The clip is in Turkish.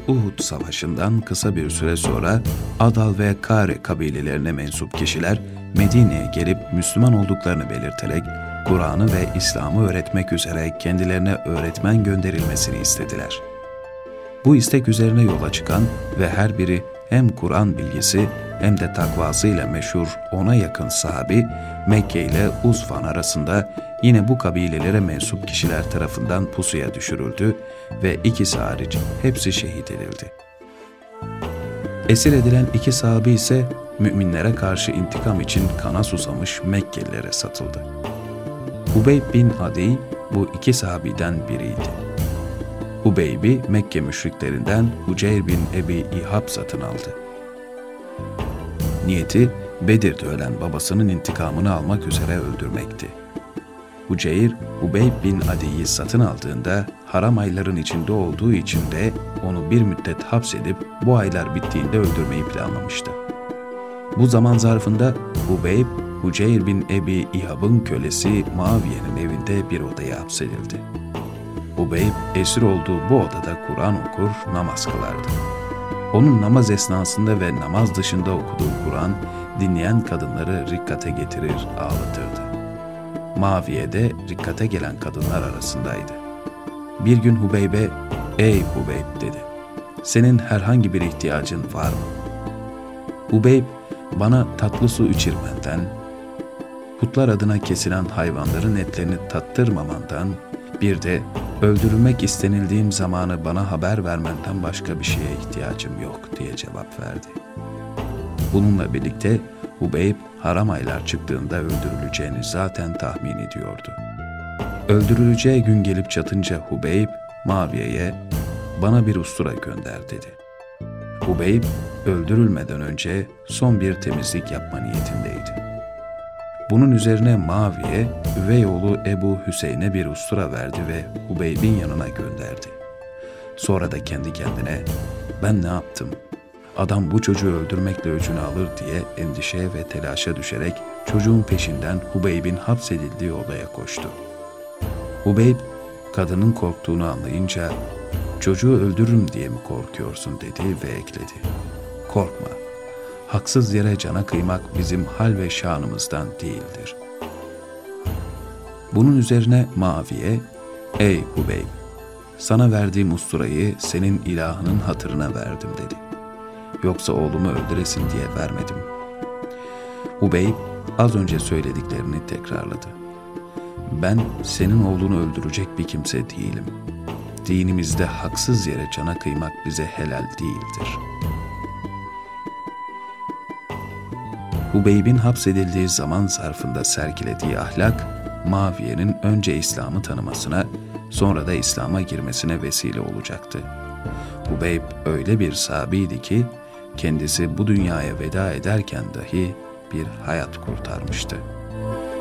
Uhud Savaşı'ndan kısa bir süre sonra Adal ve Kare kabilelerine mensup kişiler Medine'ye gelip Müslüman olduklarını belirterek Kur'an'ı ve İslam'ı öğretmek üzere kendilerine öğretmen gönderilmesini istediler. Bu istek üzerine yola çıkan ve her biri hem Kur'an bilgisi hem de takvasıyla meşhur 10'a yakın sahabi Mekke ile Uzfan arasında yine bu kabilelere mensup kişiler tarafından pusuya düşürüldü ve ikisi hariç hepsi şehit edildi. Esir edilen 2 sahabi ise müminlere karşı intikam için kana susamış Mekkelilere satıldı. Hubeyb bin Adi bu 2 sahabiden biriydi. Hubeyb'i Mekke müşriklerinden Huceyr bin Ebi İhab satın aldı. Niyeti Bedir'de ölen babasının intikamını almak üzere öldürmekti. Huceyr, Hubeyb bin Adi'yi satın aldığında haram ayların içinde olduğu için de onu bir müddet hapsedip bu aylar bittiğinde öldürmeyi planlamıştı. Bu zaman zarfında Hubeyb, Huceyr bin Ebi İhab'ın kölesi Muaviye'nin evinde bir odaya hapsedildi. Hubeyb esir olduğu bu odada Kur'an okur, namaz kılardı. Onun namaz esnasında ve namaz dışında okuduğu Kur'an, dinleyen kadınları rikkate getirir, ağlatırdı. Muaviye de rikkate gelen kadınlar arasındaydı. Bir gün Hubeyb'e, "Ey Hubeyb," dedi, "senin herhangi bir ihtiyacın var mı?" Hubeyb, "Bana tatlı su içirmenden, putlar adına kesilen hayvanların etlerini tattırmamandan, bir de öldürülmek istenildiğim zamanı bana haber vermenden başka bir şeye ihtiyacım yok," diye cevap verdi. Bununla birlikte Hubeyb haram aylar çıktığında öldürüleceğini zaten tahmin ediyordu. Öldürüleceği gün gelip çatınca Hubeyb, Muaviye'ye "Bana bir ustura gönder," dedi. Hubeyb, öldürülmeden önce son bir temizlik yapma niyetindeydi. Bunun üzerine Muaviye, üvey oğlu Ebu Hüseyin'e bir ustura verdi ve Hubeyb'in yanına gönderdi. Sonra da kendi kendine, "Ben ne yaptım? Adam bu çocuğu öldürmekle öcünü alır," diye endişeye ve telaşa düşerek çocuğun peşinden Hubeyb'in hapsedildiği odaya koştu. Hubeyb, kadının korktuğunu anlayınca, "Çocuğu öldürürüm diye mi korkuyorsun?" dedi ve ekledi, "Korkma. Haksız yere cana kıymak bizim hal ve şanımızdan değildir." Bunun üzerine Muaviye, "Ey Hubeyb, sana verdiğim usturayı senin ilahının hatırına verdim," dedi. "Yoksa oğlumu öldüresin diye vermedim." Hubeyb az önce söylediklerini tekrarladı. "Ben senin oğlunu öldürecek bir kimse değilim. Dinimizde haksız yere cana kıymak bize helal değildir." Hubeyb'in hapsedildiği zaman zarfında sergilediği ahlak, Muaviye'nin önce İslam'ı tanımasına, sonra da İslam'a girmesine vesile olacaktı. Hubeyb öyle bir sahabiydi ki, kendisi bu dünyaya veda ederken dahi bir hayat kurtarmıştı.